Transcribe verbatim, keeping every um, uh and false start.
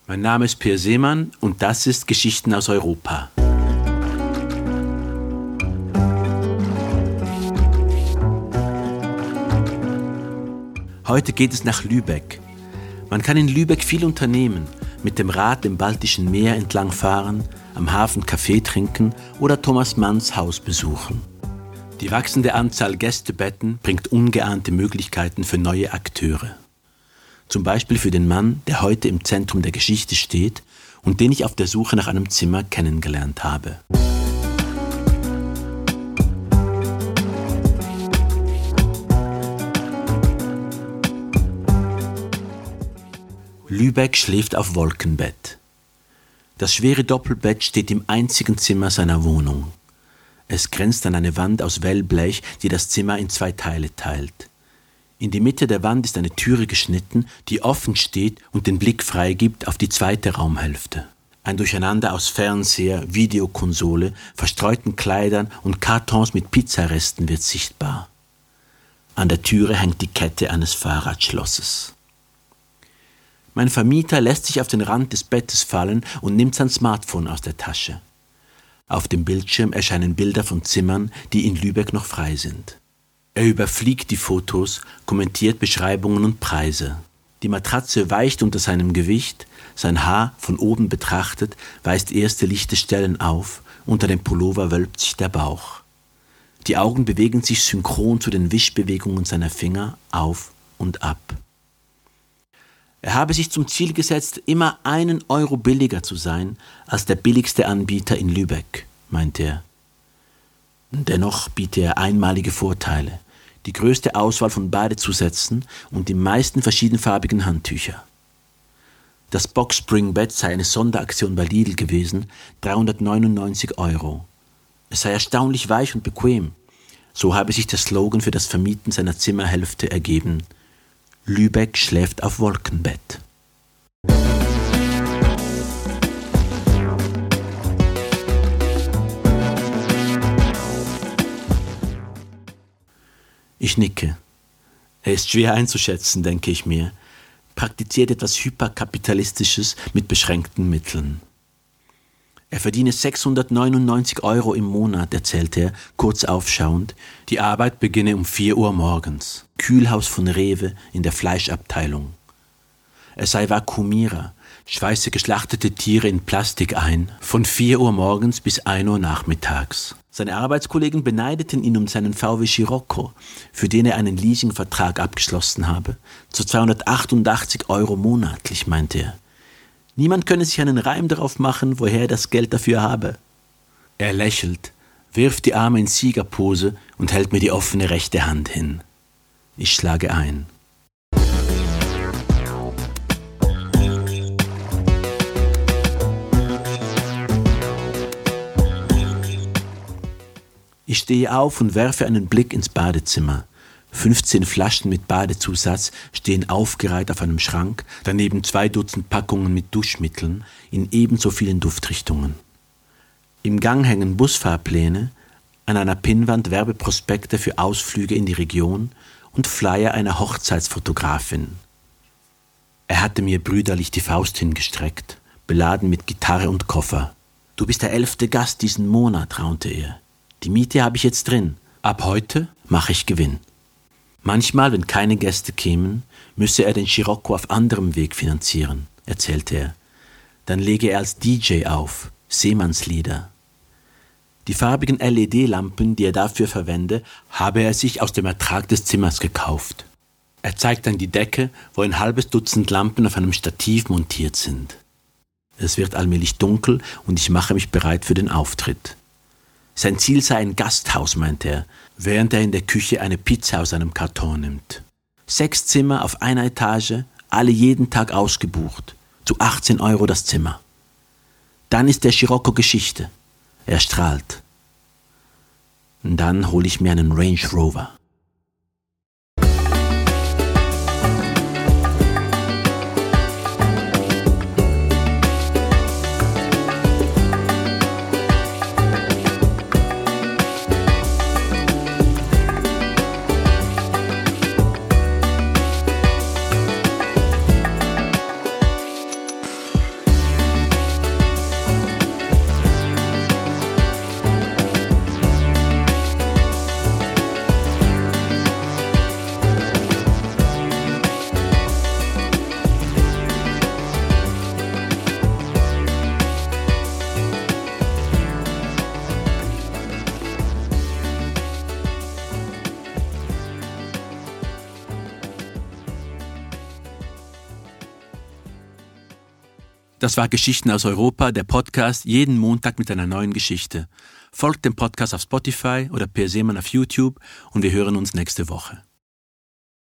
Mein Name ist Peer Seemann und das ist Geschichten aus Europa. Heute geht es nach Lübeck. Man kann in Lübeck viel unternehmen, mit dem Rad im Baltischen Meer entlang fahren, am Hafen Kaffee trinken oder Thomas Manns Haus besuchen. Die wachsende Anzahl Gästebetten bringt ungeahnte Möglichkeiten für neue Akteure. Zum Beispiel für den Mann, der heute im Zentrum der Geschichte steht und den ich auf der Suche nach einem Zimmer kennengelernt habe. Lübeck schläft auf Wolkenbett. Das schwere Doppelbett steht im einzigen Zimmer seiner Wohnung. Es grenzt an eine Wand aus Wellblech, die das Zimmer in zwei Teile teilt. In die Mitte der Wand ist eine Türe geschnitten, die offen steht und den Blick freigibt auf die zweite Raumhälfte. Ein Durcheinander aus Fernseher, Videokonsole, verstreuten Kleidern und Kartons mit Pizzaresten wird sichtbar. An der Türe hängt die Kette eines Fahrradschlosses. Mein Vermieter lässt sich auf den Rand des Bettes fallen und nimmt sein Smartphone aus der Tasche. Auf dem Bildschirm erscheinen Bilder von Zimmern, die in Lübeck noch frei sind. Er überfliegt die Fotos, kommentiert Beschreibungen und Preise. Die Matratze weicht unter seinem Gewicht, sein Haar, von oben betrachtet, weist erste lichte Stellen auf, unter dem Pullover wölbt sich der Bauch. Die Augen bewegen sich synchron zu den Wischbewegungen seiner Finger auf und ab. Er habe sich zum Ziel gesetzt, immer einen Euro billiger zu sein als der billigste Anbieter in Lübeck, meint er. Dennoch biete er einmalige Vorteile. Die größte Auswahl von Badezusätzen und die meisten verschiedenfarbigen Handtücher. Das Box-Spring-Bett sei eine Sonderaktion bei Lidl gewesen, dreihundertneunundneunzig Euro. Es sei erstaunlich weich und bequem. So habe sich der Slogan für das Vermieten seiner Zimmerhälfte ergeben. Lübeck schläft auf Wolkenbett. Ich nicke. Er ist schwer einzuschätzen, denke ich mir, praktiziert etwas Hyperkapitalistisches mit beschränkten Mitteln. Er verdiene sechshundertneunundneunzig Euro im Monat, erzählt er, kurz aufschauend. Die Arbeit beginne um vier Uhr morgens. Kühlhaus von Rewe in der Fleischabteilung. Er sei Vakuumierer, schweiße geschlachtete Tiere in Plastik ein, von vier Uhr morgens bis ein Uhr nachmittags. Seine Arbeitskollegen beneideten ihn um seinen V W Scirocco, für den er einen Leasingvertrag abgeschlossen habe, zu zweihundertachtundachtzig Euro monatlich, meinte er. Niemand könne sich einen Reim darauf machen, woher er das Geld dafür habe. Er lächelt, wirft die Arme in Siegerpose und hält mir die offene rechte Hand hin. Ich schlage ein. Ich stehe auf und werfe einen Blick ins Badezimmer. fünfzehn Flaschen mit Badezusatz stehen aufgereiht auf einem Schrank, daneben zwei Dutzend Packungen mit Duschmitteln in ebenso vielen Duftrichtungen. Im Gang hängen Busfahrpläne, an einer Pinnwand Werbeprospekte für Ausflüge in die Region und Flyer einer Hochzeitsfotografin. Er hatte mir brüderlich die Faust hingestreckt, beladen mit Gitarre und Koffer. »Du bist der elfte Gast diesen Monat«, raunte er. »Die Miete habe ich jetzt drin. Ab heute mache ich Gewinn.« Manchmal, wenn keine Gäste kämen, müsse er den Scirocco auf anderem Weg finanzieren, erzählte er. Dann lege er als D J auf, Seemannslieder. Die farbigen L E D-Lampen, die er dafür verwende, habe er sich aus dem Ertrag des Zimmers gekauft. Er zeigt dann die Decke, wo ein halbes Dutzend Lampen auf einem Stativ montiert sind. Es wird allmählich dunkel und ich mache mich bereit für den Auftritt. Sein Ziel sei ein Gasthaus, meinte er, während er in der Küche eine Pizza aus einem Karton nimmt. Sechs Zimmer auf einer Etage, alle jeden Tag ausgebucht, zu achtzehn Euro das Zimmer. Dann ist der Scirocco Geschichte. Er strahlt. Und dann hole ich mir einen Range Rover. Das war Geschichten aus Europa, der Podcast, jeden Montag mit einer neuen Geschichte. Folgt dem Podcast auf Spotify oder Per Seemann auf YouTube und wir hören uns nächste Woche.